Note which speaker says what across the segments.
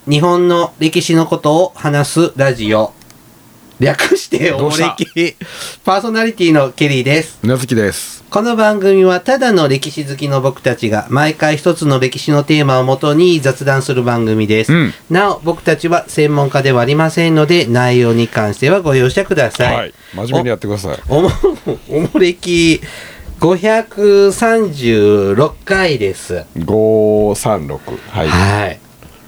Speaker 1: 日本の歴史のことを話すラジオ、略しておもれき、パーソナリティのケリーです。
Speaker 2: うなずきです。
Speaker 1: この番組はただの歴史好きの僕たちが毎回一つの歴史のテーマをもとに雑談する番組です、なお僕たちは専門家ではありませんので内容に関してはご容赦ください。
Speaker 2: はい、真面目にやってください。
Speaker 1: おもれき536回です。
Speaker 2: 536。はい、
Speaker 1: はい。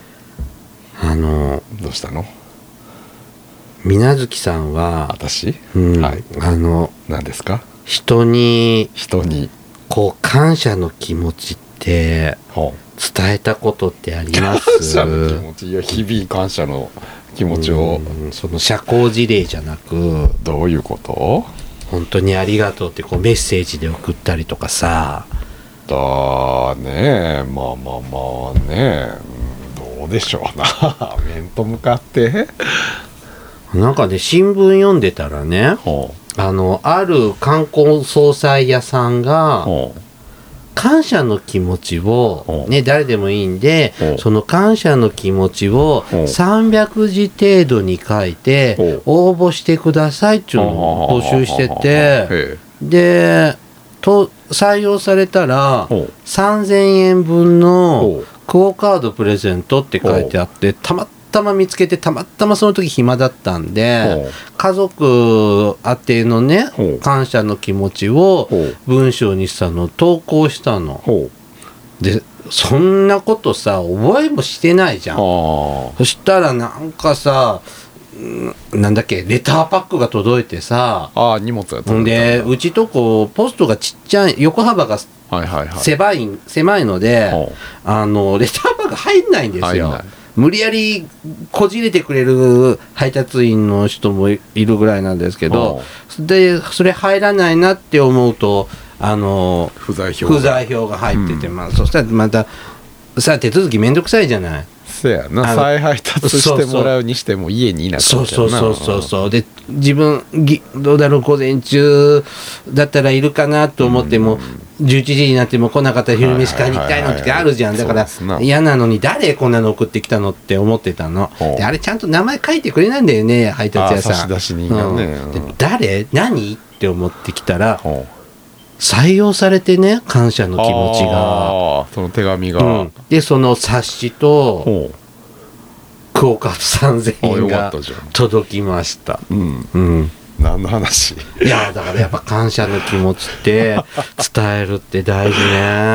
Speaker 2: どうしたの？
Speaker 1: みなずきさんは
Speaker 2: 私、
Speaker 1: はい、
Speaker 2: 何ですか？
Speaker 1: 人にこう感謝の気持ちって伝えたことってあります？
Speaker 2: 感謝の気持ち、いや日々感謝の気持ちを、
Speaker 1: その社交辞令じゃなく、
Speaker 2: どういうこと？
Speaker 1: 本当にありがとうってこうメッセージで送ったりとかさ。
Speaker 2: だね、まあね、どうでしょうな。面と向かって
Speaker 1: なんかね、新聞読んでたらね、ある観光総裁屋さんが感謝の気持ちをね、誰でもいいんで、その感謝の気持ちを300字程度に書いて応募してくださいっていうのを募集してて、で採用されたら3000円分のクオカードプレゼントって書いてあって、たまたま見つけて、たまたまその時暇だったんで、家族宛てのね感謝の気持ちを文章にしたのを投稿したので、そんなことさ覚えもしてないじゃん。そしたらなんかさ、なんだっけ、レターパックが届いてさ、
Speaker 2: 荷物が届いた
Speaker 1: でうちとこポストがちっちゃい、横幅が狭いので、レターパック入んないんですよ。無理やりこじれてくれる配達員の人もいるぐらいなんですけど、でそれ入らないなって思うと不在票が入ってて、そしたらまたさ、手続きめんどくさいじゃない。
Speaker 2: せやな、再配達してもらうにしても家にいなかったよな。
Speaker 1: そうで、自分どうだろう、午前中だったらいるかなと思っても、11時になっても来なかったら昼飯買いに行きたいのってあるじゃん。だから嫌なのに、誰こんなの送ってきたのって思ってたので、あれちゃんと名前書いてくれないんだよね、配達屋さん。
Speaker 2: 差出人がね、
Speaker 1: 誰何って思ってきたら採用されてね、感謝の気持ちが、
Speaker 2: その手紙が、
Speaker 1: でその冊子とクオカード3000円が届きました。
Speaker 2: 何の話？
Speaker 1: いやだからやっぱ感謝の気持ちって伝えるって大事ね。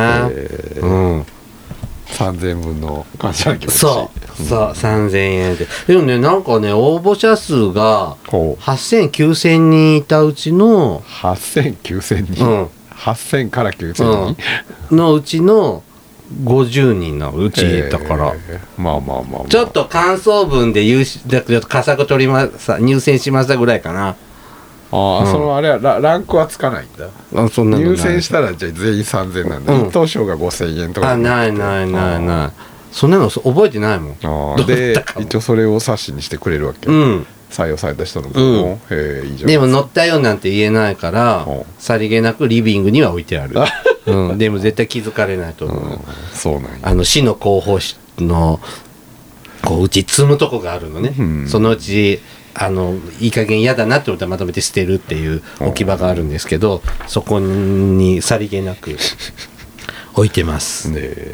Speaker 2: 3000円分の感謝の気持ち。
Speaker 1: そう3000円でもね、なんかね、応募者数が8000、9000人いたうちの
Speaker 2: 8000、9000人、8000から9000人、
Speaker 1: のうちの50人のうちだから、ちょっと感想文で佳作取りました入選しましたぐらいかな。
Speaker 2: そのあれはランクはつかないんだ。入選したらじゃあ全員3000なんだ。一等賞が5000円とか。ない
Speaker 1: そんなの覚えてないもん。
Speaker 2: で一応それを冊子にしてくれるわけ。採用された人の分も、
Speaker 1: でも乗ったよなんて言えないから、さりげなくリビングには置いてある。でも絶対気づかれないと思う。
Speaker 2: そうなんや。
Speaker 1: 市の広報室のこううち積むとこがあるのね。そのうちいい加減嫌だなって思ったらまとめて捨てるっていう置き場があるんですけど、そこにさりげなく置いてます。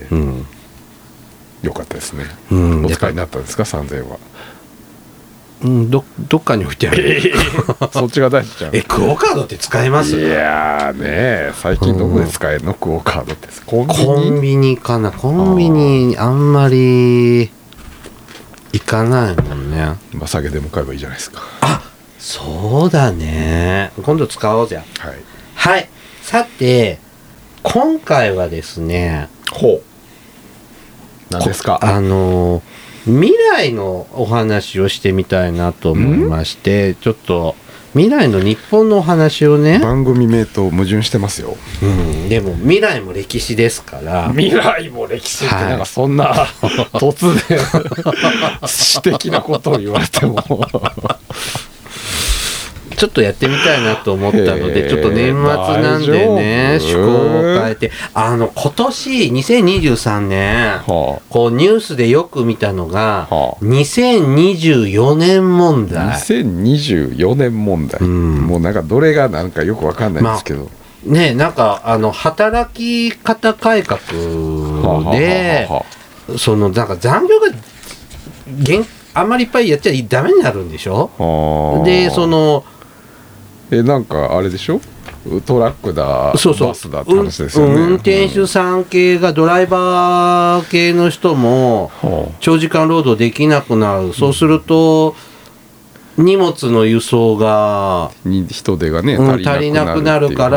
Speaker 2: よかったですね。お使いになったんですか、3000円は。
Speaker 1: どっかに置いてある。
Speaker 2: そっちが大事じゃん。
Speaker 1: クオカードって使えます？
Speaker 2: いやね、最近どこで使えるの、クオカードって。コ
Speaker 1: ンビニかな。コンビニあんまり行かないもんね。
Speaker 2: 酒でも買えばいいじゃないですか。
Speaker 1: そうだね、今度使おうじゃん。はい、さて今回はですね、
Speaker 2: 何ですか？
Speaker 1: 未来のお話をしてみたいなと思いまして、ちょっと未来の日本のお話をね。
Speaker 2: 番組名と矛盾してますよ。
Speaker 1: でも未来も歴史ですから。
Speaker 2: 未来も歴史ってなんかそんな、突然詩的なことを言われても
Speaker 1: ちちょっとやってみたいなと思ったので、ちょっと年末なんでね、趣向を変えて、今年2023年、こうニュースでよく見たのが、2024年問題。
Speaker 2: 2024年問題、もうなんかどれがなんかよくわかんないんですけど。
Speaker 1: ね、なんか働き方改革で、そのなんか残業があんまりいっぱいやっちゃダメになるんでしょ。でその
Speaker 2: なんかあれでしょ、トラックだ
Speaker 1: そうそう
Speaker 2: バスだって話ですよね。
Speaker 1: 運転手さん系がドライバー系の人も長時間労働できなくなる。そうすると荷物の輸送が
Speaker 2: 人手がね
Speaker 1: 足りなくなるから、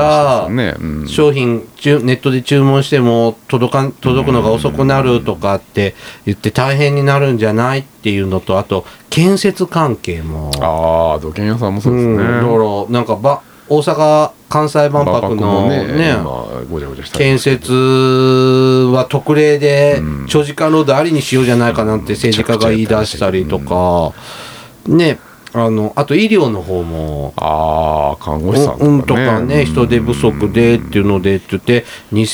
Speaker 1: 商品ネットで注文しても届くのが遅くなるとかって言って大変になるんじゃないっていうのと、あと建設関係も
Speaker 2: 土建屋さんもそうですね。
Speaker 1: だからなんか大阪・関西万博のね建設は特例で長時間労働ありにしようじゃないかなんて政治家が言い出したりとかね。あと医療の方も
Speaker 2: 看護師さん
Speaker 1: とかね、人手不足でっていうのでって言って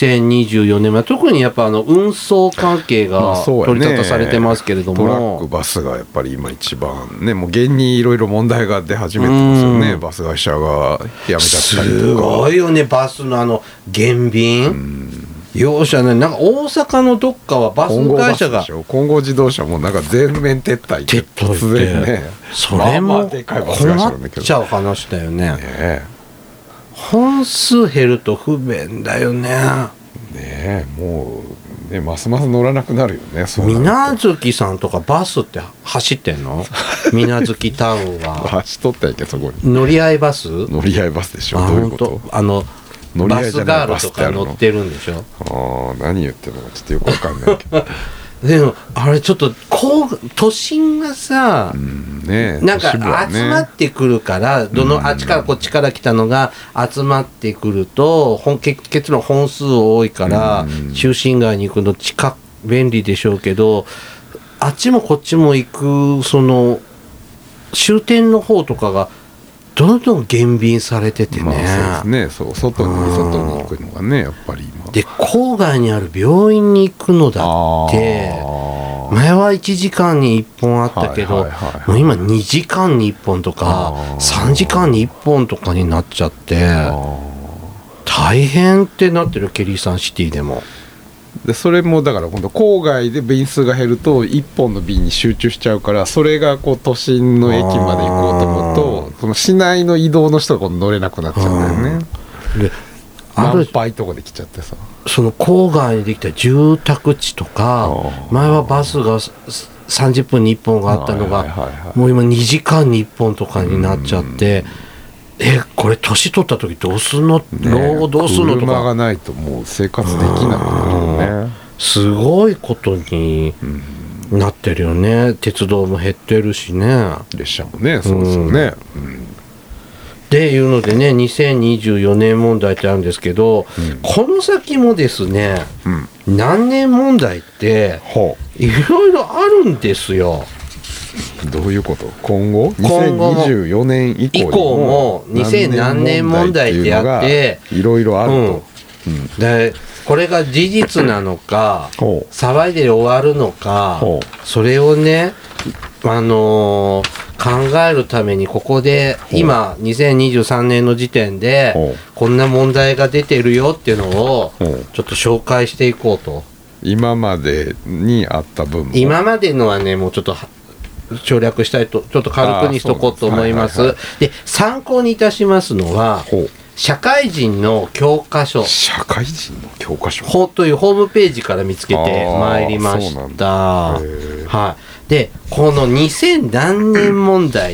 Speaker 1: 2024年は特にやっぱ運送関係が取り沙汰されてますけれども、
Speaker 2: トラックバスがやっぱり今一番ね、もう現にいろいろ問題が出始めてますよね。バス会社がやめちゃったりとか。
Speaker 1: すごいよね、バスの減便。容赦ない。なんか大阪のどっかはバス会社が
Speaker 2: 金剛自動車もなんか全面撤退って突然ね、
Speaker 1: それも困っちゃう話だよね。本数減ると不便だよね。
Speaker 2: もうね、ますます乗らなくなるよね。
Speaker 1: 水無月さんとかバスって走ってんの？水無月タウンは
Speaker 2: 走っとったんやけど、そこに
Speaker 1: 乗り合いバス
Speaker 2: でしょ。どういうこと？
Speaker 1: バスガールとか乗ってるんでしょ。
Speaker 2: 何言ってるのかちょっとよくわかんないけど
Speaker 1: でもあれちょっと都心がさ、なんか集まってくるから、あっちからこっちから来たのが集まってくると結論本数多いから中心街に行くの便利でしょうけど、あっちもこっちも行くその終点の方とかがどんどん減便されててね。
Speaker 2: そうですね。外に行くのがね、やっぱり今
Speaker 1: で郊外にある病院に行くのだって前は1時間に1本あったけど、もう今2時間に1本とか3時間に1本とかになっちゃって大変ってなってる。ケリーサンシティでも。
Speaker 2: でそれもだから今度郊外で便数が減ると1本の便に集中しちゃうから、それがこう都心の駅まで行こうと思うと、その市内の移動の人が乗れなくなっちゃうんだよね。で満杯とかで来ちゃってさ、
Speaker 1: その郊外にできた住宅地とか、前はバスが30分に1本があったのがもう今2時間に1本とかになっちゃって、これ年取った時どうすんの、老後どうすんのとか。
Speaker 2: 車がないともう生活できなくなるよね。
Speaker 1: すごいことになってるよね。鉄道も減ってるしね。
Speaker 2: 列車もね、そうですよね。
Speaker 1: っていうのでね、2024年問題ってあるんですけど、この先もですね、何年問題っていろいろあるんですよ。
Speaker 2: どういうこと？今後2024年以降
Speaker 1: も2000何年問題ってあって
Speaker 2: いろいろあると、
Speaker 1: でこれが事実なのか騒いで終わるのか、それをね考えるためにここで今2023年の時点でこんな問題が出てるよっていうのをちょっと紹介していこうと。
Speaker 2: 今までにあった分も、
Speaker 1: 今までのはねもうちょっと省略したいとちょっと軽くにしとこうと思います。で参考にいたしますのは社会人の教科書。
Speaker 2: 社会人の教科書
Speaker 1: というホームページから見つけてまいりました。でこの2000何年問題って、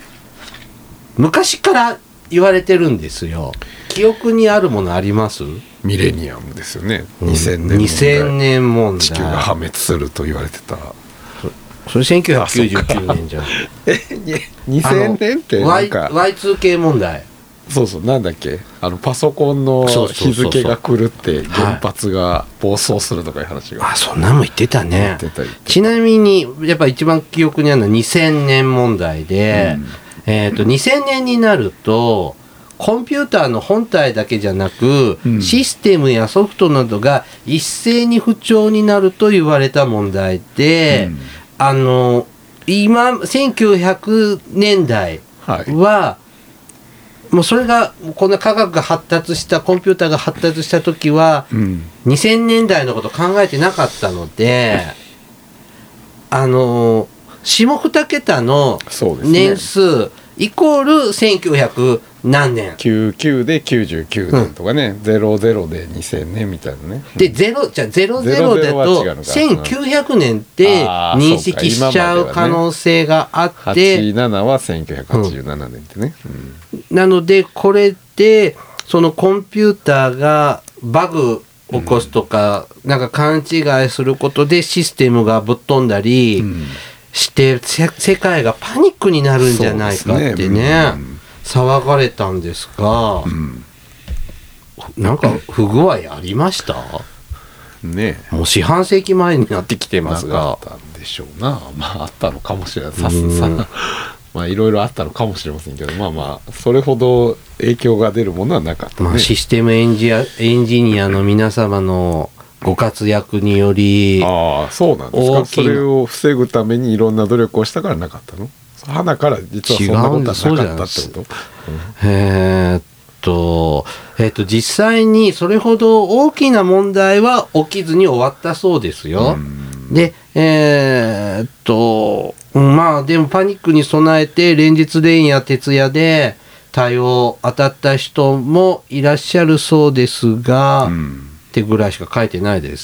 Speaker 1: 昔から言われてるんですよ。記憶にあるものあります？
Speaker 2: ミレニアムですよね。2000
Speaker 1: 年問題。
Speaker 2: 地球が破滅すると言われてた。
Speaker 1: それ1999年じゃん。
Speaker 2: 2000年ってなんか
Speaker 1: Y2K 問題。
Speaker 2: そうなんだっけ、パソコンの日付が狂って原発が暴走するとかいう話が、
Speaker 1: そんなの言ってたね。ちなみにやっぱ一番記憶にあるのは2000年問題で、 2000年になるとコンピューターの本体だけじゃなく、システムやソフトなどが一斉に不調になると言われた問題で、今1900年代は、もうそれがこんな科学が発達したコンピューターが発達した時は、2000年代のこと考えてなかったので下2桁の年数イコール1900何年
Speaker 2: 99で99年とかね、00で2000年みたいなね。
Speaker 1: で00だと1900年って認識しちゃう可能性があって、
Speaker 2: 87は1987年ってね、
Speaker 1: なのでこれでそのコンピューターがバグ起こすとか、なんか勘違いすることでシステムがぶっ飛んだりして世界がパニックになるんじゃないかってね、騒がれたんですが、なんか不具合ありました
Speaker 2: ね。
Speaker 1: もう四半世紀前になってきてますが、
Speaker 2: あったんでしょうな。まああったのかもしれない。まあいろいろあったのかもしれませんけど、まあそれほど影響が出るものはなかったね。
Speaker 1: システムエンジニアの皆様のご活躍により、
Speaker 2: そうなんですか。それを防ぐためにいろんな努力をしたからなかったの？花から実はそんなことはなかったってこと？
Speaker 1: 実際にそれほど大きな問題は起きずに終わったそうですよ。で、まあでもパニックに備えて連日連夜徹夜で対応当たった人もいらっしゃるそうですが、ってぐらいしか書いてないです。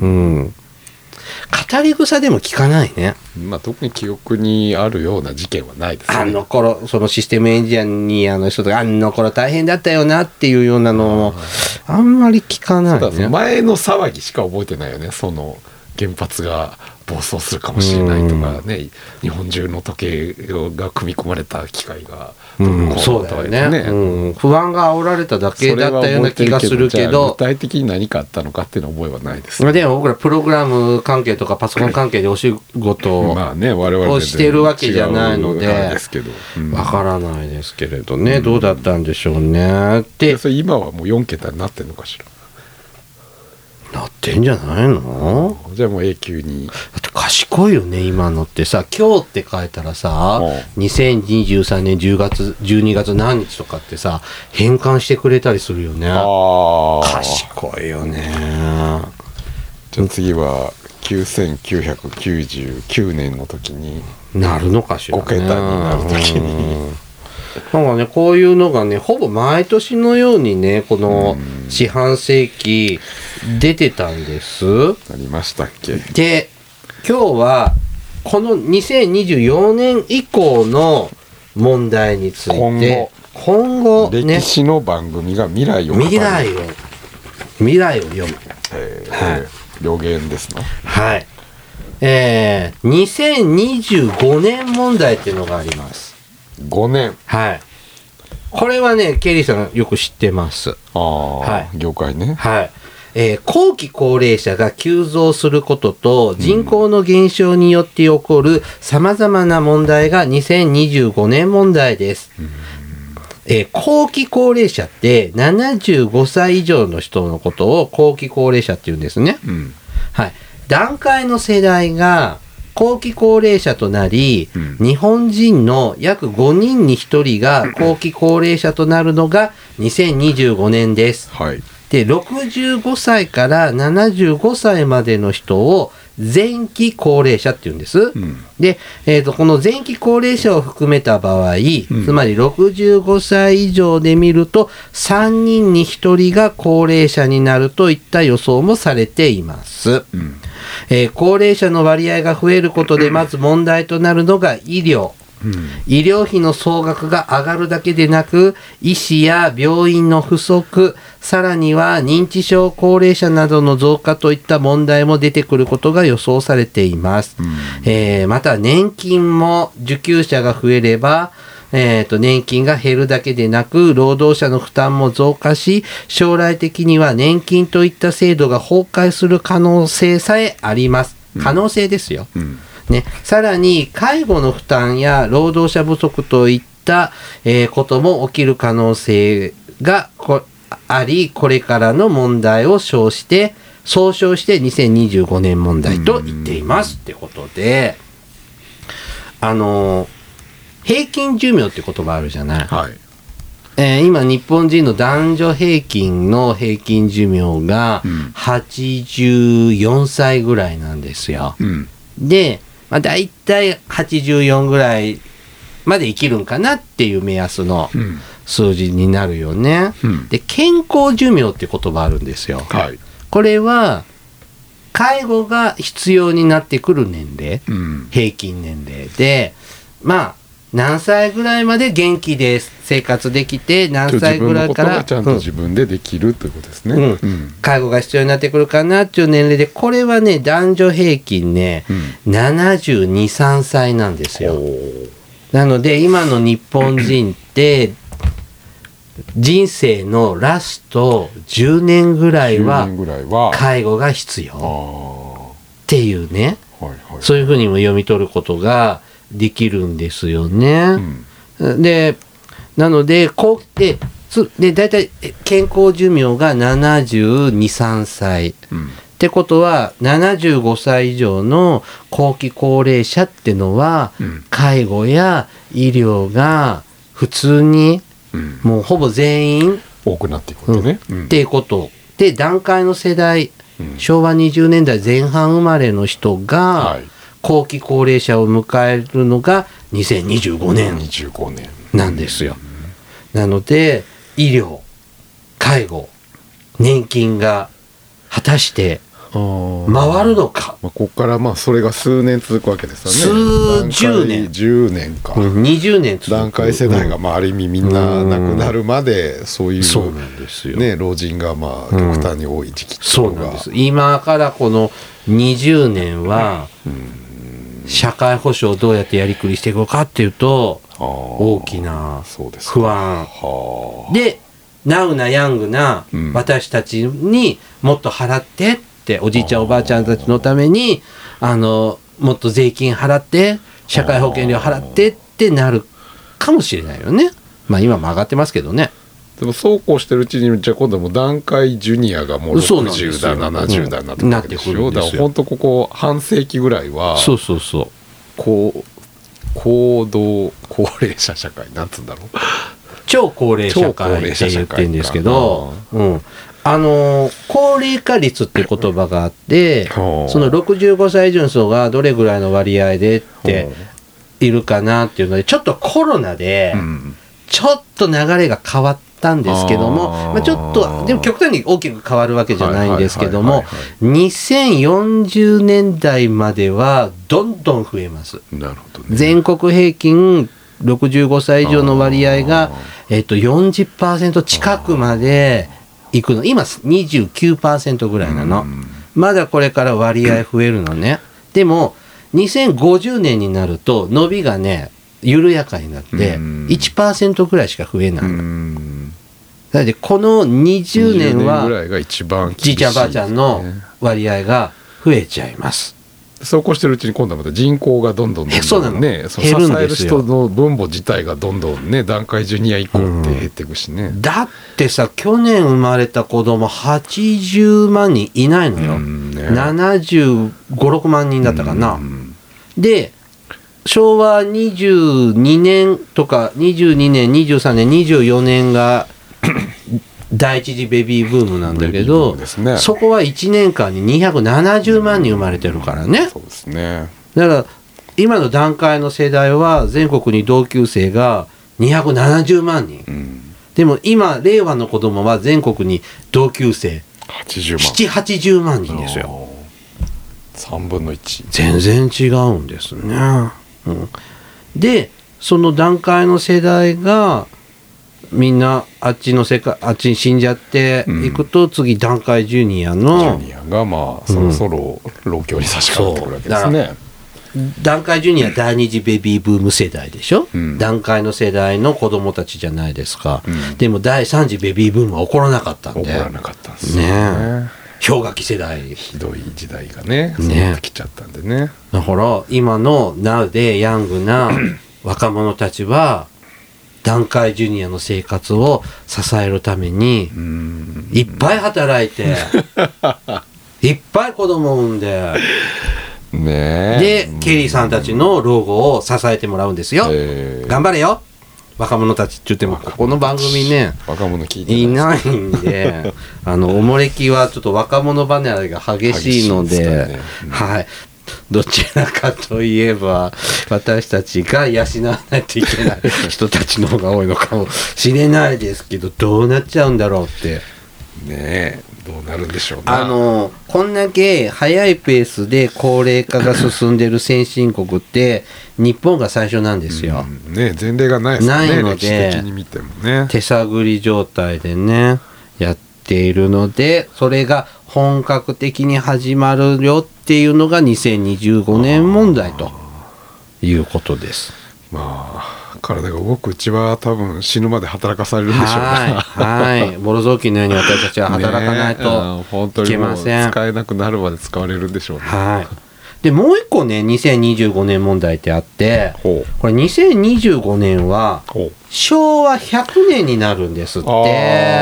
Speaker 1: 語り草でも聞かないね。
Speaker 2: まあ特に記憶にあるような事件はないですね。
Speaker 1: あの頃そのシステムエンジニアの人とかあの頃大変だったよなっていうようなのもあんまり聞かないね。
Speaker 2: そうだ、前の騒ぎしか覚えてないよね。その原発が暴走するかもしれないとかね、日本中の時計が組み込まれた機械が
Speaker 1: そうだよね、不安が煽られただけだったような気がするけど、
Speaker 2: 具体的に何かあったのかっていうのは覚えはないです、
Speaker 1: でも僕らプログラム関係とかパソコン関係でお仕事をしてるわけじゃないのでわからないですけれどね、どうだったんでしょうね。で
Speaker 2: それ今はもう4桁になってんのかしら。
Speaker 1: なってんじゃないの？
Speaker 2: じゃあもう永久に。
Speaker 1: だって賢いよね今のってさ、今日って書いたらさ、2023年10月12月何日とかってさ変換してくれたりするよね。賢いよね。
Speaker 2: じゃあ次は9999年の時に
Speaker 1: なるのかしらね。
Speaker 2: 5桁になる時に
Speaker 1: なんかね、こういうのがねほぼ毎年のようにねこの四半世紀出てたんです。
Speaker 2: ありましたっけ。
Speaker 1: で今日はこの2024年以降の問題について今後、ね、
Speaker 2: 歴史の番組が未来を
Speaker 1: 読む、
Speaker 2: 予言ですね。
Speaker 1: はい、2025年問題っていうのがあります。
Speaker 2: 5年。
Speaker 1: はい。これはね、ケリーさんよく知ってます。
Speaker 2: 業界ね。
Speaker 1: はい。後期高齢者が急増することと人口の減少によって起こるさまざまな問題が2025年問題です。後期高齢者って75歳以上の人のことを後期高齢者って言うんですね。はい。段階の世代が後期高齢者となり、日本人の約5人に1人が後期高齢者となるのが2025年です。で、65歳から75歳までの人を前期高齢者って言うんです。で、この前期高齢者を含めた場合、つまり65歳以上で見ると3人に1人が高齢者になるといった予想もされています。高齢者の割合が増えることでまず問題となるのが医療。医療費の総額が上がるだけでなく、医師や病院の不足、さらには認知症高齢者などの増加といった問題も出てくることが予想されています。また年金も受給者が増えれば、年金が減るだけでなく労働者の負担も増加し、将来的には年金といった制度が崩壊する可能性さえあります。可能性ですよ。ね、さらに介護の負担や労働者不足といった、ことも起きる可能性があり、これからの問題を総称して2025年問題と言っていますってことで、平均寿命って言葉あるじゃない、
Speaker 2: はい。
Speaker 1: 今日本人の男女平均の平均寿命が84歳ぐらいなんですよ、
Speaker 2: うん、
Speaker 1: で、だいたい84ぐらいまで生きるんかなっていう目安の数字になるよね、うん、で健康寿命って言葉あるんですよ、
Speaker 2: はい、
Speaker 1: これは介護が必要になってくる年齢、うん、平均年齢で何歳ぐらいまで元気で生活できて、何歳ぐらいから
Speaker 2: 自分のことがちゃんと自分でできるということですね、
Speaker 1: うんうん、介護が必要になってくるかなっていう年齢で、これはね男女平均ね、72、3歳なんですよ。なので今の日本人って人生のラスト10年ぐらいは介護が必要っていうね、そういうふうにも読み取ることができるんですよね、うん、でなのでだいたい健康寿命が72、3歳、うん、ってことは75歳以上の後期高齢者ってのは、うん、介護や医療が普通に、うん、もうほぼ全員
Speaker 2: 多くなっていくわけね、
Speaker 1: っていうことで、段階の世代、昭和20年代前半生まれの人が、はい、後期高齢者を迎えるのが2025年なんですよ。なので医療、介護、年金が果たして回るのか。
Speaker 2: ここからそれが数年続くわけですよ
Speaker 1: ね。数十年、
Speaker 2: 10年か、
Speaker 1: 20年続く。
Speaker 2: 段階世代がある意味みんな亡くなるまでそういう
Speaker 1: そうなんですよ、
Speaker 2: ね、老人が極端に多い時期っていうのが、
Speaker 1: そうなんです。今からこの20年は、社会保障をどうやってやりくりしていくかっていうと大きな不安で、ナウなヤングな私たちにもっと払ってって、おじいちゃんおばあちゃんたちのためにもっと税金払って社会保険料払ってってなるかもしれないよね。今も上がってますけどね。
Speaker 2: でもそうこうしてるうちにじゃあ今度はもう段階ジュニアがもう60代70代になってくるわけでしょ。だから本当ここ半世紀ぐらいは高齢者社会なんつうんだろう、
Speaker 1: 超高齢社会って言ってるんですけど、高齢化率って言葉があって、その65歳以上の人がどれぐらいの割合でっているかなっていうので、ちょっとコロナでちょっと流れが変わったんですけども、ちょっとでも極端に大きく変わるわけじゃないんですけども、2040年代まではどんどん増えます。
Speaker 2: なるほどね。
Speaker 1: 全国平均65歳以上の割合が40% 近くまでいくの。今 29% ぐらいなの。まだこれから割合増えるのね。でも2050年になると伸びがね緩やかになって 1% ぐらいしか増えないの。だってこの20年はじいちゃんばあちゃんの割合が増えちゃいます。
Speaker 2: そうこうしてるうちに今度はまた人口がどんどんね、支える人の分母自体がどんどんね、段階ジュニア以降って減っていくしね、
Speaker 1: だってさ、去年生まれた子供80万人いないのよ、75、6万人だったかな、で昭和22年とか22年、23年、24年が第一次ベビーブームなんだけど、ね、そこは1年間に270万人生まれてるからね。
Speaker 2: そうですね。
Speaker 1: だから今の段階の世代は全国に同級生が270万人、でも今令和の子供は全国に同級生7、80万人ですよ。
Speaker 2: 3分の1。
Speaker 1: 全然違うんですね、でその段階の世代がみんなあっちに死んじゃっていくと、次段階ジュニアの
Speaker 2: ジュニアがそろそろ老境に差し掛かってくるわけですね。
Speaker 1: 段階ジュニア第二次ベビーブーム世代でしょ、段階の世代の子供たちじゃないですか、でも第三次ベビーブームは起こらなかったんで。
Speaker 2: 起こらなかったんですね。
Speaker 1: 氷河期世代、
Speaker 2: ひどい時代がねそうきちゃったんでね。
Speaker 1: だから今のナウでヤングな若者たちは団塊ジュニアの生活を支えるためにいっぱい働いていっぱい子供を産んで、
Speaker 2: ね、
Speaker 1: でケリーさんたちの老後を支えてもらうんですよ。頑張れよ若者たちって言ってもこの番組ね
Speaker 2: 若者聞いて
Speaker 1: いないんでおもれきはちょっと若者離れが激しいので、ね、はい、どちらかといえば私たちが養わないといけない人たちの方が多いのかもしれないですけど、どうなっちゃうんだろうって
Speaker 2: ねえ、どうなるんでしょうね。
Speaker 1: こんだけ早いペースで高齢化が進んでる先進国って日本が最初なんですよ、
Speaker 2: ね、前例がないですね。
Speaker 1: ないので
Speaker 2: 歴史的に見てもね、
Speaker 1: 手探り状態でねやっているので、それが本格的に始まるよっていうのが2025年問題ということです。
Speaker 2: まあ体が動くうちは多分死ぬまで働かされるんでしょうね。
Speaker 1: はいボロ雑巾のように私たちは働かないといけません。
Speaker 2: 使えなくなるまで使われるんでしょうね。
Speaker 1: はい。でもう一個ね2025年問題ってあって、これ2025年は昭和100年になるんですって。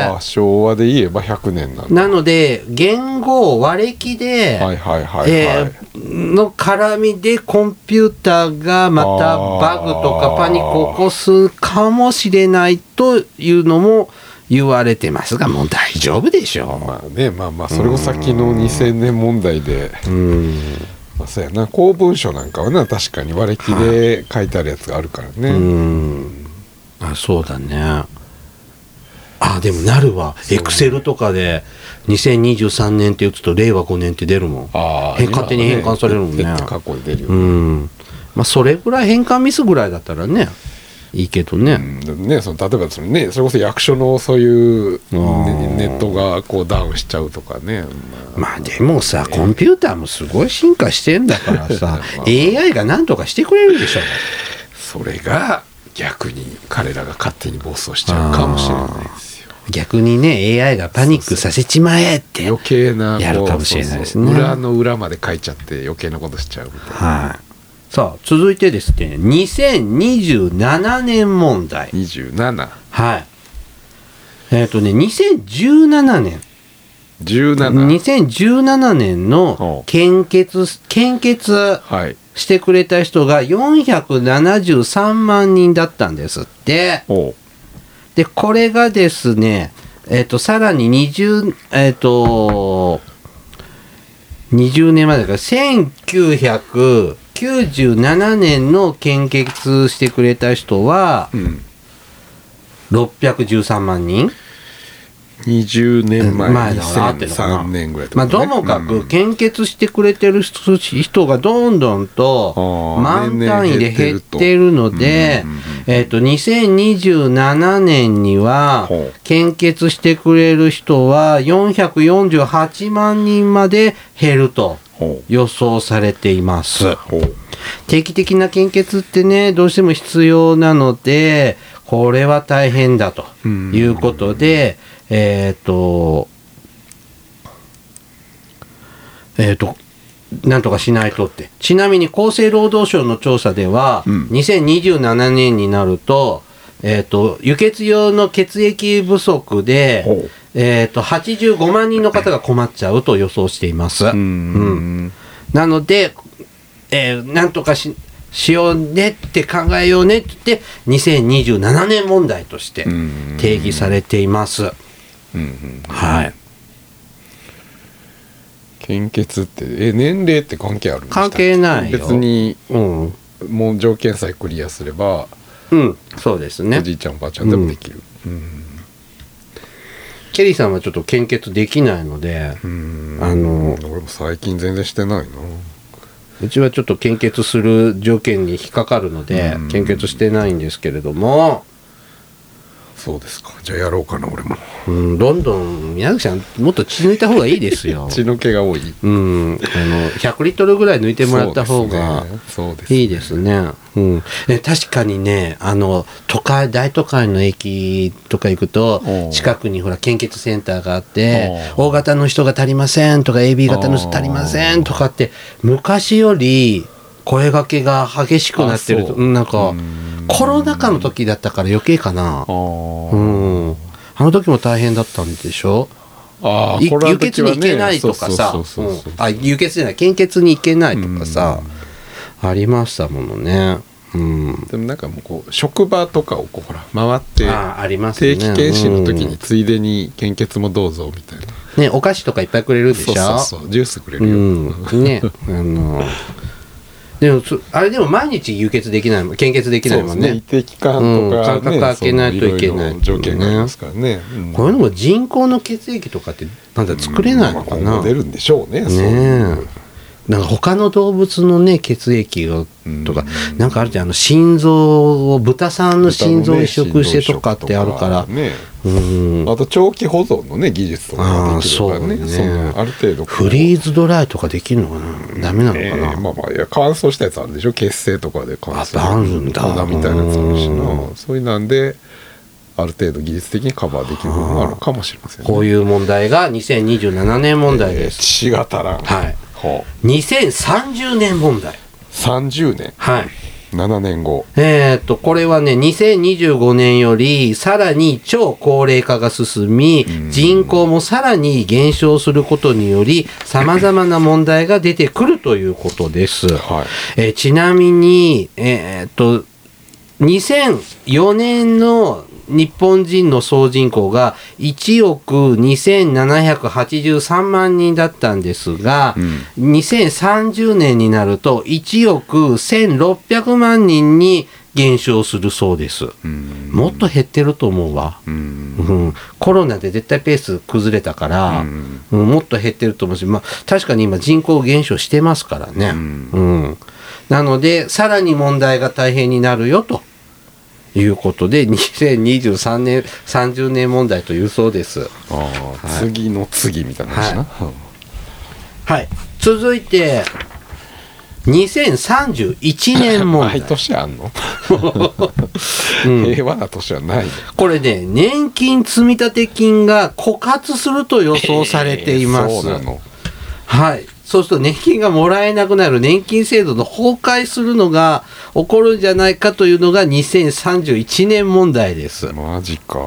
Speaker 2: 昭和で言えば100年なんだ。
Speaker 1: なので元号和暦での絡みでコンピューターがまたバグとかパニックを起こすかもしれないというのも言われてますが、もう大丈夫でしょう。
Speaker 2: まあね、まあそれが先の2000年問題で、まあ、そうやな、公文書なんかはな確かに和暦で書いてあるやつがあるからね。
Speaker 1: そうだね。でもなるわ。エクセルとかで2023年って打つと令和5年って出るもん。勝手に変換されるもんね。
Speaker 2: 過去に出るよね。
Speaker 1: まあそれぐらい変換ミスぐらいだったらねいいけどね。
Speaker 2: 例えばそれこそ役所のそういうネットがこうダウンしちゃうとかね。
Speaker 1: まあでもさ、コンピューターもすごい進化してんだからさAI が何とかしてくれるでしょ。
Speaker 2: それが逆に彼らが勝手に暴走しちゃうかもしれないですよ。
Speaker 1: 逆にね AI がパニックさせちまえって
Speaker 2: 余計な
Speaker 1: やるかもしれないですね。
Speaker 2: 裏の裏まで書いちゃって余計なことしちゃうみたいな。
Speaker 1: さあ続いてですね2027年問題。
Speaker 2: 27。
Speaker 1: 2017年2017年の献血してくれた人が473万人だったんですって。でこれがですねさらに20年前だから1997年の献血してくれた人は613万人。
Speaker 2: 20年前
Speaker 1: だから合ってるのかな。
Speaker 2: 2003年ぐらいと
Speaker 1: かね。ともかく献血してくれてる人がどんどんと万単位で減ってるので、2027年には献血してくれる人は448万人まで減ると予想されています。定期的な献血ってねどうしても必要なのでこれは大変だということでなんとかしないとって。ちなみに厚生労働省の調査では、2027年になると、輸血用の血液不足で、85万人の方が困っちゃうと予想しています。なので、なんとかしようねって考えようねって言って2027年問題として定義されています。
Speaker 2: 献血って年齢って関係あるんですか？
Speaker 1: 関係ないよ。
Speaker 2: 別に、もう条件さえクリアすれば、
Speaker 1: そうですね。
Speaker 2: おじいちゃんおばあちゃんでもできる。
Speaker 1: ケリーさんはちょっと献血できないので、俺
Speaker 2: も最近全然してないな。
Speaker 1: うちはちょっと献血する条件に引っかかるので献血してないんですけれども。
Speaker 2: そうですか。じゃあやろうかな俺も。
Speaker 1: どんどん宮崎さんもっと血抜いた方がいいですよ。
Speaker 2: 血の気が多い。
Speaker 1: 100リットルぐらい抜いてもらった方がいいですね。確かにね大都会の駅とか行くと近くにほら献血センターがあってO型の人が足りませんとか AB 型の人足りませんとかって昔より声掛けが激しくなってるとなんかコロナ禍の時だったから余計かな。あの時も大変だったんでしょ。輸血に行けないとかさ、輸血じゃない、献血に行けないとかさ、ありましたものね。
Speaker 2: でもなんかもうこう職場とかをこうほら回って定期検診の時についでに献血もどうぞみたいな
Speaker 1: ね、お菓子とかいっぱいくれるでしょ。
Speaker 2: そうジュースくれるよ、
Speaker 1: ねでもあれでも毎日輸血できないもん、献血できないもんね。
Speaker 2: 一定期間とか、
Speaker 1: 間隔空けないといけない
Speaker 2: 条件がありますからね。
Speaker 1: こういうのも人工の血液とかってまだ作れないのかな。
Speaker 2: 出るんでしょうね。
Speaker 1: なんか他の動物のね血液をとか、なんかあるじゃん、心臓を豚さんの心臓を移植してとかってあるから、あと長期保存のね技術とかできるからね、ある程度フリーズドライとかできるのかな、ダメなのかな。
Speaker 2: まあまあいや乾燥したやつあるでしょ、血清とかで乾燥
Speaker 1: あるんだ、
Speaker 2: 粉みたいなやつあるしな、そういうなんである程度技術的にカバーできる部分があるかもしれませんね。
Speaker 1: こういう問題が2027年問題です。
Speaker 2: 血が足らん。
Speaker 1: はい。2030年問題。
Speaker 2: 30年。
Speaker 1: はい。
Speaker 2: 7年後。
Speaker 1: これはね、2025年よりさらに超高齢化が進み、人口もさらに減少することにより、様々な問題が出てくるということです。はい。ちなみに、2004年の日本人の総人口が1億2783万人だったんですが、2030年になると1億1600万人に減少するそうです。もっと減ってると思うわ。コロナで絶対ペース崩れたから、もっと減ってると思うし、確かに今人口減少してますからね。なのでさらに問題が大変になるよということで、2023年30年問題というそうです。
Speaker 2: 次の次みたいな話な。
Speaker 1: はい。続いて2031年問題。
Speaker 2: 毎年あんの？平和な年はない。
Speaker 1: これね、年金積立金が枯渇すると予想されています。
Speaker 2: そうなの。
Speaker 1: はい。そうすると年金がもらえなくなる、年金制度の崩壊するのが起こるんじゃないかというのが2031年問題です。
Speaker 2: マジか。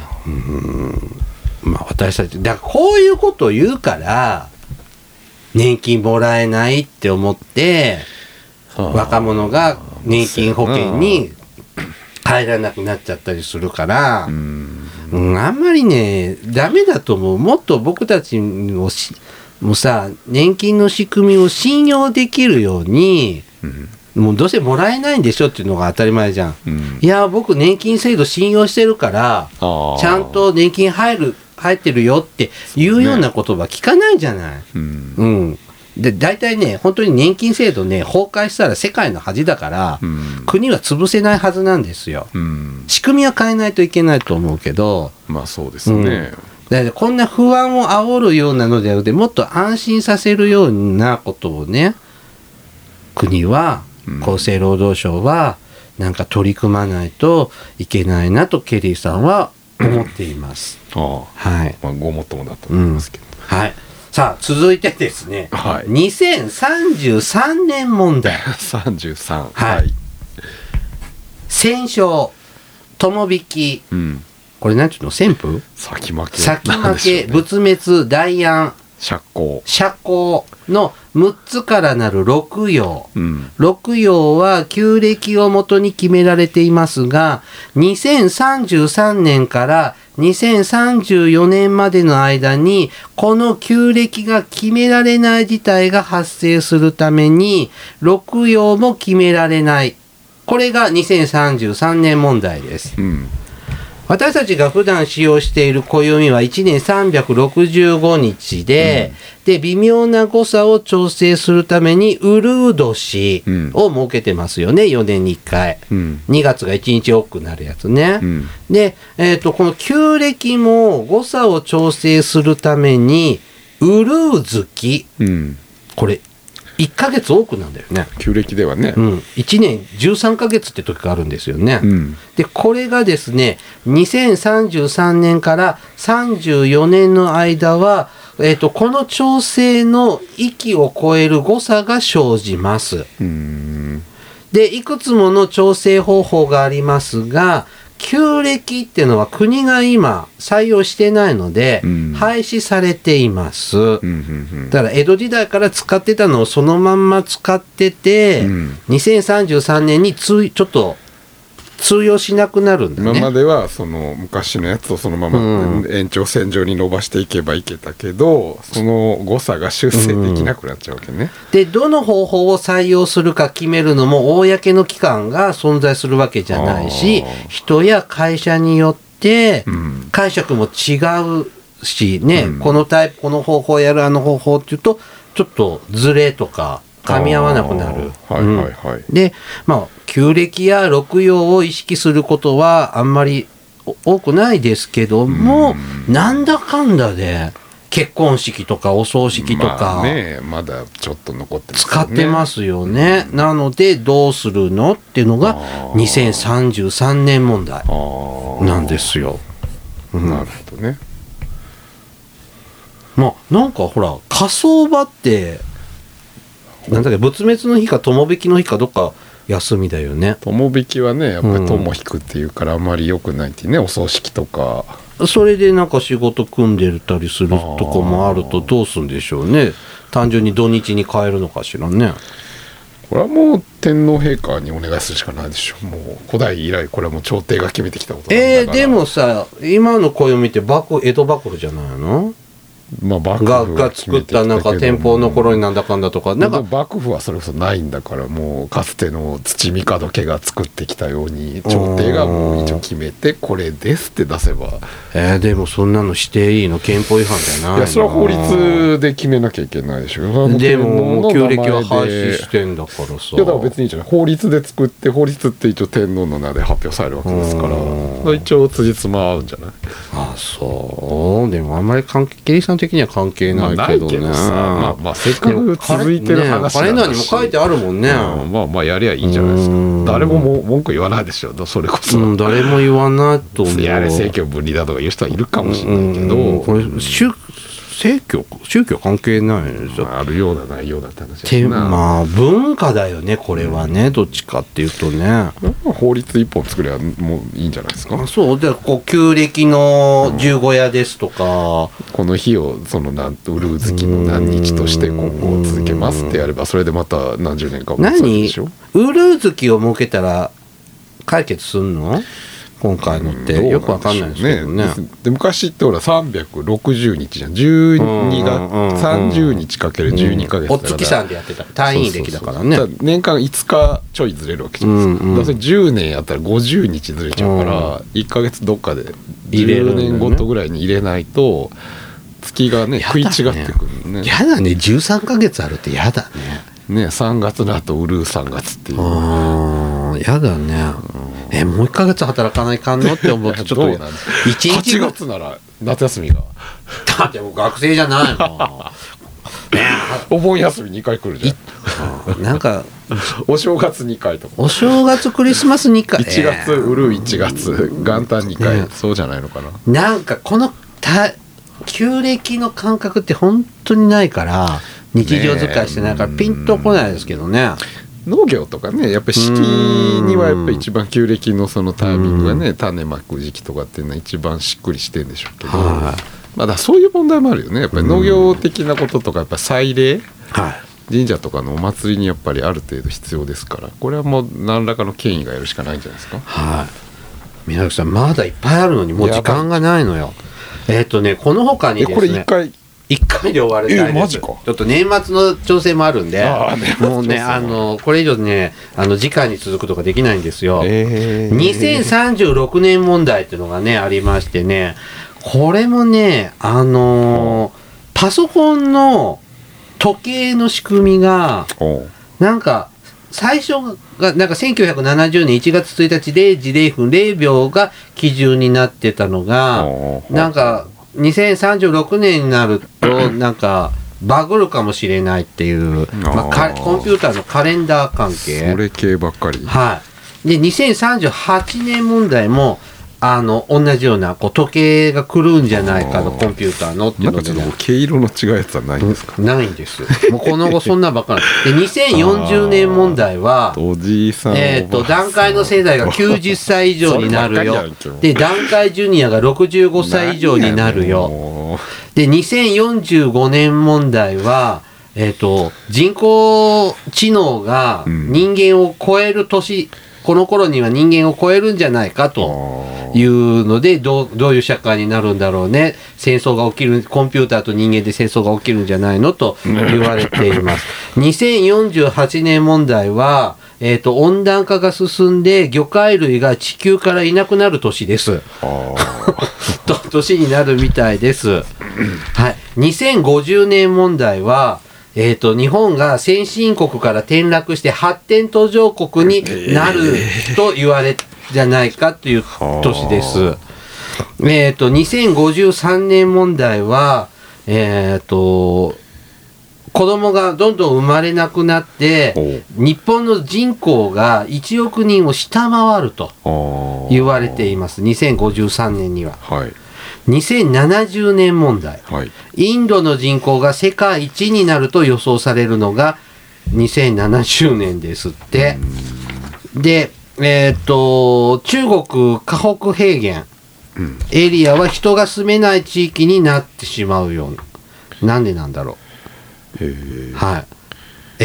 Speaker 1: 私たちだからこういうことを言うから年金もらえないって思って若者が年金保険に入らなくなっちゃったりするから、あんまりねダメだと思う。もっと僕たちをもうさ、年金の仕組みを信用できるように、もうどうせもらえないんでしょっていうのが当たり前じゃん。いや僕年金制度信用してるからちゃんと年金入ってるよっていうような言葉聞かないじゃない。で大体ね本当に年金制度ね崩壊したら世界の恥だから、国は潰せないはずなんですよ。仕組みは変えないといけないと思うけど、
Speaker 2: まあそうですね。
Speaker 1: だからこんな不安を煽るようなのではなくて、もっと安心させるようなことをね、国は、厚生労働省はなんか取り組まないといけないなとケリーさんは思っています。はい。
Speaker 2: ごもっともだと思いますけど。
Speaker 1: はい。さあ続いてですね、2033年問題。
Speaker 2: 33。
Speaker 1: はい。戦勝、友引き。これ何ていうの？旋風？
Speaker 2: 先負け、
Speaker 1: 仏滅、大安、
Speaker 2: 釈光
Speaker 1: の6つからなる六曜。六曜は旧暦をもとに決められていますが、2033年から2034年までの間にこの旧暦が決められない事態が発生するために六曜も決められない。これが2033年問題です。私たちが普段使用している暦は1年365日で、で、微妙な誤差を調整するために、うるう年を設けてますよね、4年に1回。2月が1日多くなるやつね。で、この旧暦も誤差を調整するために、うるう月。これ、1ヶ月多くなんだよね。
Speaker 2: 旧暦ではね。
Speaker 1: 1年13ヶ月って時があるんですよね。で、これがですね、2033年から34年の間は、この調整の域を超える誤差が生じます。 でいくつもの調整方法がありますが、旧暦っていうのは国が今採用してないので、廃止されています、だから江戸時代から使ってたのをそのまんま使ってて、2033年にちょっと通用しなくなるんだね。
Speaker 2: 今まではその昔のやつをそのまま延長線上に伸ばしていけばいけたけど、その誤差が修正できなくなっちゃうわけね。
Speaker 1: でどの方法を採用するか決めるのも公の機関が存在するわけじゃないし、人や会社によって解釈も違うしね、このタイプこの方法をやるあの方法っていうとちょっとズレとか噛み合わなくなる。で旧暦や六曜を意識することはあんまり多くないですけども、なんだかんだで結婚式とかお葬式とか、
Speaker 2: まだちょっと残ってますよね、
Speaker 1: 使ってますよね。なのでどうするのっていうのが2033年問題なんですよ。
Speaker 2: なるほどね。
Speaker 1: なんかほら火葬場ってなんだっけ、仏滅の日か友引きの日かどっか休みだよね。
Speaker 2: 友引きはねやっぱり友引くっていうからあんまり良くないっていうね、お葬式とか
Speaker 1: それでなんか仕事組んでたりするとこもあるとどうするんでしょうね。単純に土日に変えるのかしらね。
Speaker 2: これはもう天皇陛下にお願いするしかないでしょ。もう古代以来これはもう朝廷が決めてきたことなんだから。
Speaker 1: でもさ今の暦って江戸幕府じゃないの？
Speaker 2: 幕府
Speaker 1: が作ったなんか天保の頃になんだかんだとか、なんか
Speaker 2: 幕府はそれこそないんだから、もうかつての土帝家が作ってきたように朝廷がもう一応決めてこれですって出せば。
Speaker 1: でもそんなのしていいの？憲法違反じゃないの？
Speaker 2: いやそれは法律で決めなきゃいけないでしょ。
Speaker 1: でも旧暦は廃止してんだからさ。
Speaker 2: いやだから別にいいじゃない。法律で作って法律って一応天皇の名で発表されるわけですから、一応辻褄合うんじゃない？
Speaker 1: そうでもあんまりケリーさん的には関係ないけどね。
Speaker 2: せっかく続いてる話なんだし、
Speaker 1: カレンダーにも書いてあるもんね。
Speaker 2: やりゃいいじゃないですか。誰も文句言わないでしょ。それこそ、
Speaker 1: 誰も言わないと思う。
Speaker 2: やれ政教分離だとか言う人はいるかもしれないけど、
Speaker 1: これ宗教関係ないですよ。
Speaker 2: あるようなないようなって話です
Speaker 1: な。文化だよねこれはね、どっちかっていうとね。
Speaker 2: 法律一本作ればもういいんじゃないですか。
Speaker 1: そうで旧暦の十五夜ですとか、
Speaker 2: この日をそのウルー月の何日として今後続けますってやれば、それでまた何十年かも続くでしょ。
Speaker 1: ウルー月を設けたら解決すんの？今回のってよくわかんないですけどね。
Speaker 2: で昔ってほら360日じゃん。12が30日かける12ヶ月
Speaker 1: お月さんでやってた単位暦だからね。
Speaker 2: 年間5日ちょいずれるわけじゃないですか。だから10年やったら50日ずれちゃうから、1ヶ月どっかで10年ごとぐらいに入れないと月がね食い違ってくるね。
Speaker 1: やだね、13ヶ月あるってやだね。
Speaker 2: 3月の後ウルー3月っていう。
Speaker 1: やだね。もう1ヶ月働かないかんのって思うとちょっと
Speaker 2: 8月なら夏休みが
Speaker 1: だってもう学生じゃないもん
Speaker 2: お盆休み2回来るじゃん。
Speaker 1: なんか
Speaker 2: お正月2回とか、
Speaker 1: お正月クリスマス2回、
Speaker 2: 1月ウルー1月元旦2回、そうじゃないのかな。
Speaker 1: なんかこの旧暦の感覚って本当にないから日常使いしてないからピンとこないですけどね。
Speaker 2: 農業とかねやっぱり四季にはやっぱり一番旧暦のそのタイミングがね、種まく時期とかっていうのは一番しっくりしてるんでしょうけど、まだそういう問題もあるよね。やっぱり農業的なこととかやっぱ祭礼、神社とかのお祭りにやっぱりある程度必要ですから、これはもう何らかの権威がやるしかないんじゃないですか。
Speaker 1: 宮崎さんまだいっぱいあるのにもう時間がないのよ。この他にですね、
Speaker 2: これ
Speaker 1: 1回で終わりたいです。
Speaker 2: マジか。
Speaker 1: ちょっと年末の調整もあるんで、もうねこれ以上ね次回に続くとかできないんですよ。2036年問題っていうのがねありましてね、これもねパソコンの時計の仕組みがなんか最初がなんか1970年1月1日0時0分0秒が基準になってたのが、なんか2036年になるとなんかバグるかもしれないっていう、コンピューターのカレンダー関係、
Speaker 2: それ系ばっかり。
Speaker 1: で2038年問題も同じようなこう時計が来るんじゃないかのコンピューターのっていうので、
Speaker 2: なんかちょっと毛色の違うやつはないんですか？
Speaker 1: ないんです。もうこの後そんなばっかりで、2040年問題は
Speaker 2: おじいさん
Speaker 1: 段階の世代が90歳以上になるよで、段階ジュニアが65歳以上になるよで、2045年問題は人工知能が人間を超える年、この頃には人間を超えるんじゃないかというので、どういう社会になるんだろうね、戦争が起きる、コンピューターと人間で戦争が起きるんじゃないのと言われています。2048年問題は、温暖化が進んで魚介類が地球からいなくなる年です。年になるみたいです。はい。2050年問題は、日本が先進国から転落して発展途上国になると言われじゃないかという年です。2053年問題は、子供がどんどん生まれなくなって日本の人口が1億人を下回ると言われています。2053年には。はい。2070年問題、はい、インドの人口が世界一になると予想されるのが2070年ですって。で、中国河北平原、エリアは人が住めない地域になってしまうような。なんでなんだろう。はい。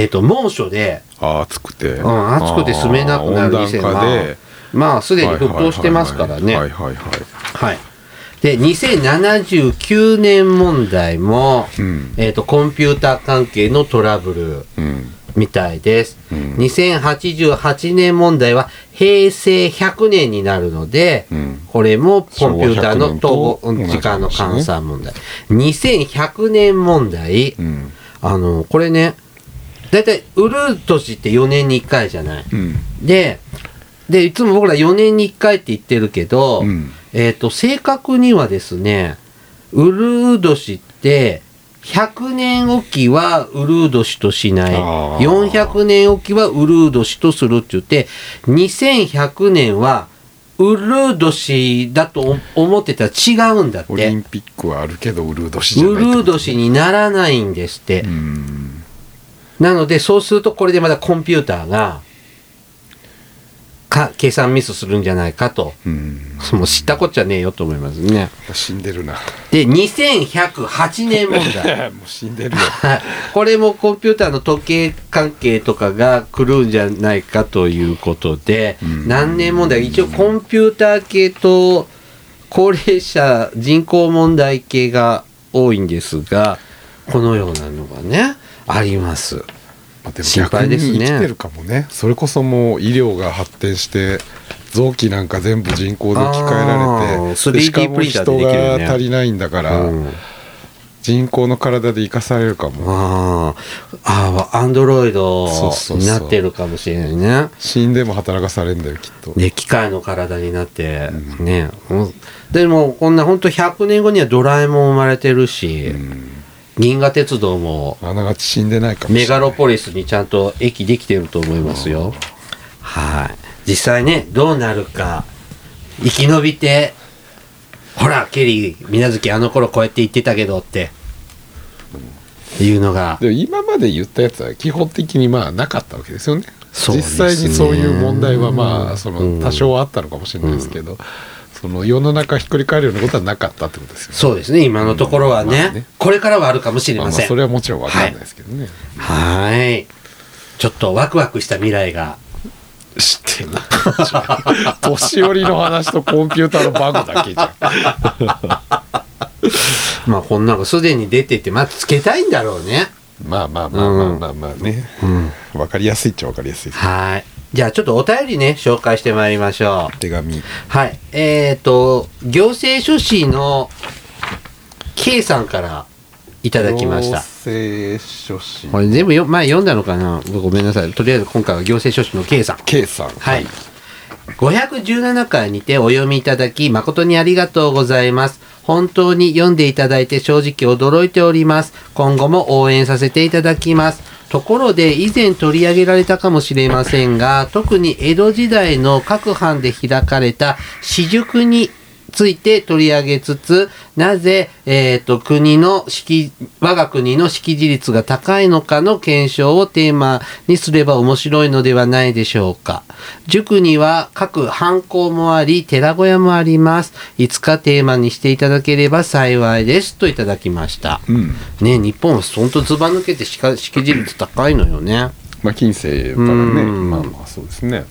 Speaker 1: 猛暑で
Speaker 2: 暑くて、
Speaker 1: 暑くて住めなくなる店がまあすでに沸騰してますからね。はい。で、2079年問題も、コンピューター関係のトラブルみたいです。2088年問題は平成100年になるので、これもコンピューターの時間の換算問題。2100年問題、これね、だいたいウルー年って4年に1回じゃない。で、いつも僕ら4年に1回って言ってるけど、正確にはですね、ウルー年って100年おきはウルー年としない、400年おきはウルー年とするって言って、2100年はウルー年だと思ってたら違うんだって。
Speaker 2: オリンピックはあるけどウルー年じゃない。
Speaker 1: ウルー年にならないんですって。なのでそうするとこれでまたコンピューターが計算ミスするんじゃないかと。もう知ったこっちゃねえよと思いますね。
Speaker 2: 死んでるな。
Speaker 1: で、2108年問題。
Speaker 2: もう死んでるよ。
Speaker 1: これもコンピューターの時計関係とかが来るんじゃないかということで、何年問題、一応コンピューター系と高齢者人口問題系が多いんですが、このようなのがね、あります。
Speaker 2: でも逆に生きてるかもね。それこそもう医療が発展して臓器なんか全部人工で置き換えられて、しかも人が足りないんだから、人工の体で生かされるかも。
Speaker 1: アンドロイドになってるかもしれないね。
Speaker 2: 死んでも働かされるんだよきっと。
Speaker 1: で、機械の体になってね。でもこんな本当100年後にはドラえもん生まれてるし、銀河鉄道も
Speaker 2: あながち死んでないかもしれない。
Speaker 1: メガロポリスにちゃんと駅できてると思いますよ。はい。実際ね、どうなるか生き延びて、ほらケリー水無月あの頃こうやって言ってたけどっていうのが、
Speaker 2: でも今まで言ったやつは基本的にまあなかったわけですよね。実際にそういう問題はまあ多少あったのかもしれないですけど、その世の中ひっくり返るようなことはなかったってことですよね。
Speaker 1: そうですね、今のところはね、これからはあるかもしれません。
Speaker 2: それはもちろん分かんないですけどね。
Speaker 1: はい。ちょっとワクワクした未来が。
Speaker 2: 知ってんな。年寄りの話とコンピューターのバグだけじゃ
Speaker 1: ん。まあこんなのすでに出てて、まあつけたいんだろうね。
Speaker 2: まあね。分かりやすいっちゃ分かりやすいです。
Speaker 1: はい。じゃあちょっとお便りね紹介してまいりましょう。
Speaker 2: 手紙。
Speaker 1: はい。行政書士の K さんからいただきました。
Speaker 2: 行政書士。
Speaker 1: これ全部前読んだのかな。ごめんなさい。とりあえず今回は行政書士の K さん。
Speaker 2: K さん。
Speaker 1: はい。517回にてお読みいただき誠にありがとうございます。本当に読んでいただいて正直驚いております。今後も応援させていただきます。 ところで以前取り上げられたかもしれませんが、特に江戸時代の各藩で開かれた私塾について取り上げつつ、なぜ、我が国の識字率が高いのかの検証をテーマにすれば面白いのではないでしょうか。塾には各藩校もあり、寺小屋もあります。いつかテーマにしていただければ幸いですといただきました。ね、日本は本当ずば抜けて識字率高いのよね。
Speaker 2: 近世からね、そうですね。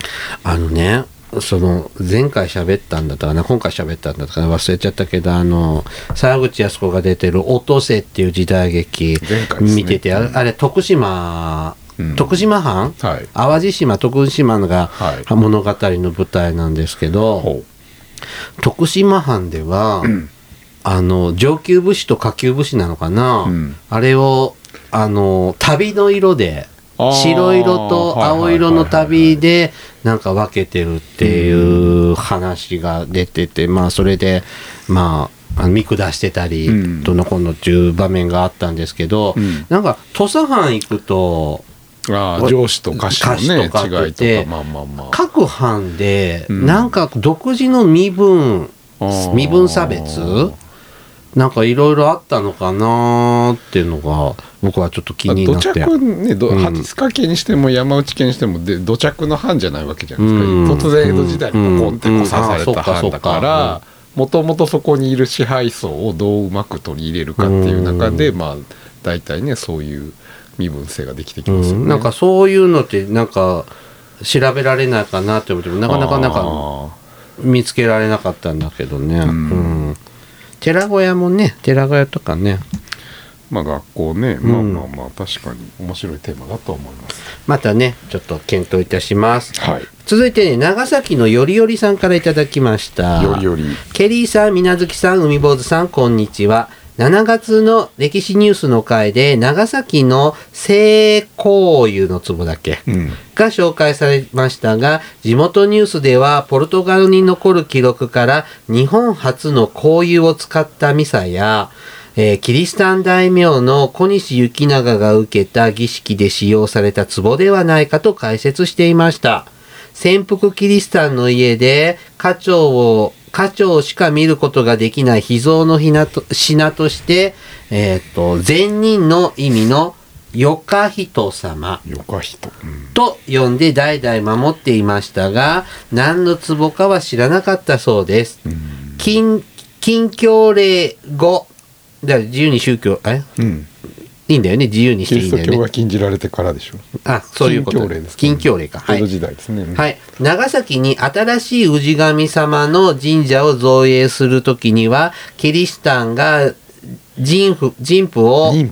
Speaker 1: 前回喋ったんだったかな、今回喋ったんだったかな、忘れちゃったけど、沢口靖子が出てるオトセっていう時代劇見てて、あれ徳島藩、淡路島徳島が物語の舞台なんですけど、徳島藩では、上級武士と下級武士なのかな、あれを旅の色で白色と青色の旅でなんか分けてるっていう話が出てて、それで見下してたりどのこのっていう場面があったんですけど、なんか土佐藩行くと
Speaker 2: 上司と下司のね違いとか
Speaker 1: 各藩でなんか独自の身分差別なんかいろいろあったのかなっていうのが僕はちょっと気になって、
Speaker 2: 土着ね、八塚家にしても山内家にしても土着の藩じゃないわけじゃないですか。突然江戸時代にポンってこさされた藩だからもともとそこにいる支配層をどううまく取り入れるかっていう中で大体ねそういう身分性ができてきますよね。
Speaker 1: なんかそういうのってなんか調べられないかなって思ってもなかなか見つけられなかったんだけどね。寺小屋もね、寺小屋とかね、
Speaker 2: 学校ね、確かに面白いテーマだと思います。
Speaker 1: またねちょっと検討いたします。続いてね、長崎のよりよりさんからいただきました。
Speaker 2: よりより
Speaker 1: ケリーさん、みなずきさん、海坊主さん、こんにちは。7月の歴史ニュースの回で長崎の聖香油の壺だけ、が紹介されましたが、地元ニュースではポルトガルに残る記録から日本初の香油を使ったミサや、キリシタン大名の小西行長が受けた儀式で使用された壺ではないかと解説していました。潜伏キリシタンの家で花鳥しか見ることができない秘蔵の品として、善人の意味のよかひと様と呼んで代々守っていましたが、何の壺かは知らなかったそうです。禁教令後だから自由に宗教いいんだよね、自由にしていいんだよね。
Speaker 2: キリスト教が禁じられてからでしょ。
Speaker 1: そういうこと。
Speaker 2: 禁教令です、
Speaker 1: 禁教令か。
Speaker 2: 江戸時代ですね。
Speaker 1: 長崎に新しい氏神様の神社を造営するときには、キリシタンが妊婦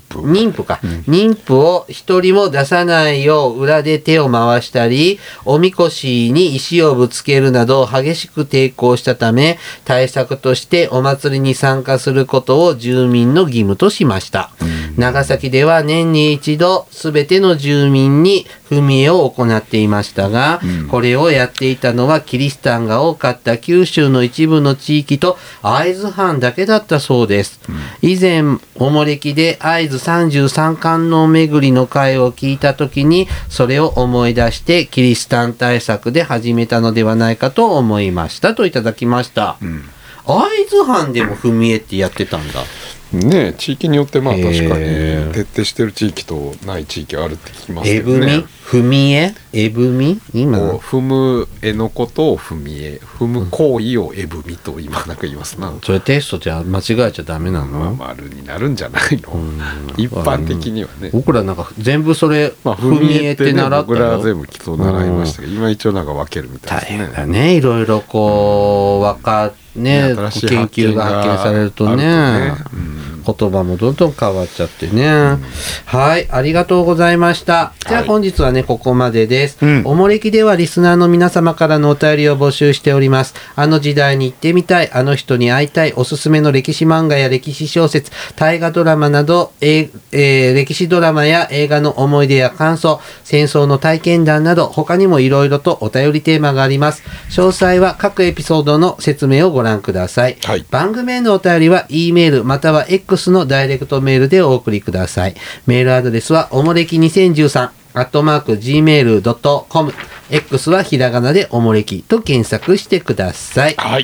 Speaker 1: を一人も出さないよう裏で手を回したり、おみこしに石をぶつけるなど激しく抵抗したため、対策としてお祭りに参加することを住民の義務としました。長崎では年に一度すべての住民に踏み絵を行っていましたが、これをやっていたのはキリシタンが多かった九州の一部の地域と会津藩だけだったそうです。以前おもれきで会津33観音巡りの会を聞いたときにそれを思い出してキリシタン対策で始めたのではないかと思いましたといただきました。会津藩でも踏み絵ってやってたんだ
Speaker 2: ね。地域によって確かに徹底してる地域とない地域あるって聞きますけどね。
Speaker 1: 踏み絵今
Speaker 2: 踏む絵のことを踏み絵、踏む行為を絵踏みと今言いますな。
Speaker 1: それテストじゃ間違えちゃダメなの？
Speaker 2: 丸になるんじゃないの？一般的にはね。
Speaker 1: 僕ら全部それ踏み絵って習ったよ。
Speaker 2: 僕らは全部基礎習いましたけど、今一応分けるみたいですね。
Speaker 1: 大変だね、いろいろ分かって研究が発見されるとね、言葉もどんどん変わっちゃってね。はい、ありがとうございました。じゃあ本日はねここまでです。おもれきではリスナーの皆様からのお便りを募集しております。あの時代に行ってみたい、あの人に会いたい、おすすめの歴史漫画や歴史小説、大河ドラマなど、歴史ドラマや映画の思い出や感想、戦争の体験談など他にもいろいろとお便りテーマがあります。詳細は各エピソードの説明をご覧ください。番組へのお便りは E メールまたは X X のダイレクトメールでお送りください。メールアドレスはおもれき2013@gmail.com。 X はひらがなでおもれきと検索してください。
Speaker 2: はい。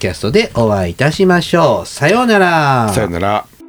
Speaker 1: ではまたポッドキャストでお会いいたしましょう。さようなら。
Speaker 2: さようなら。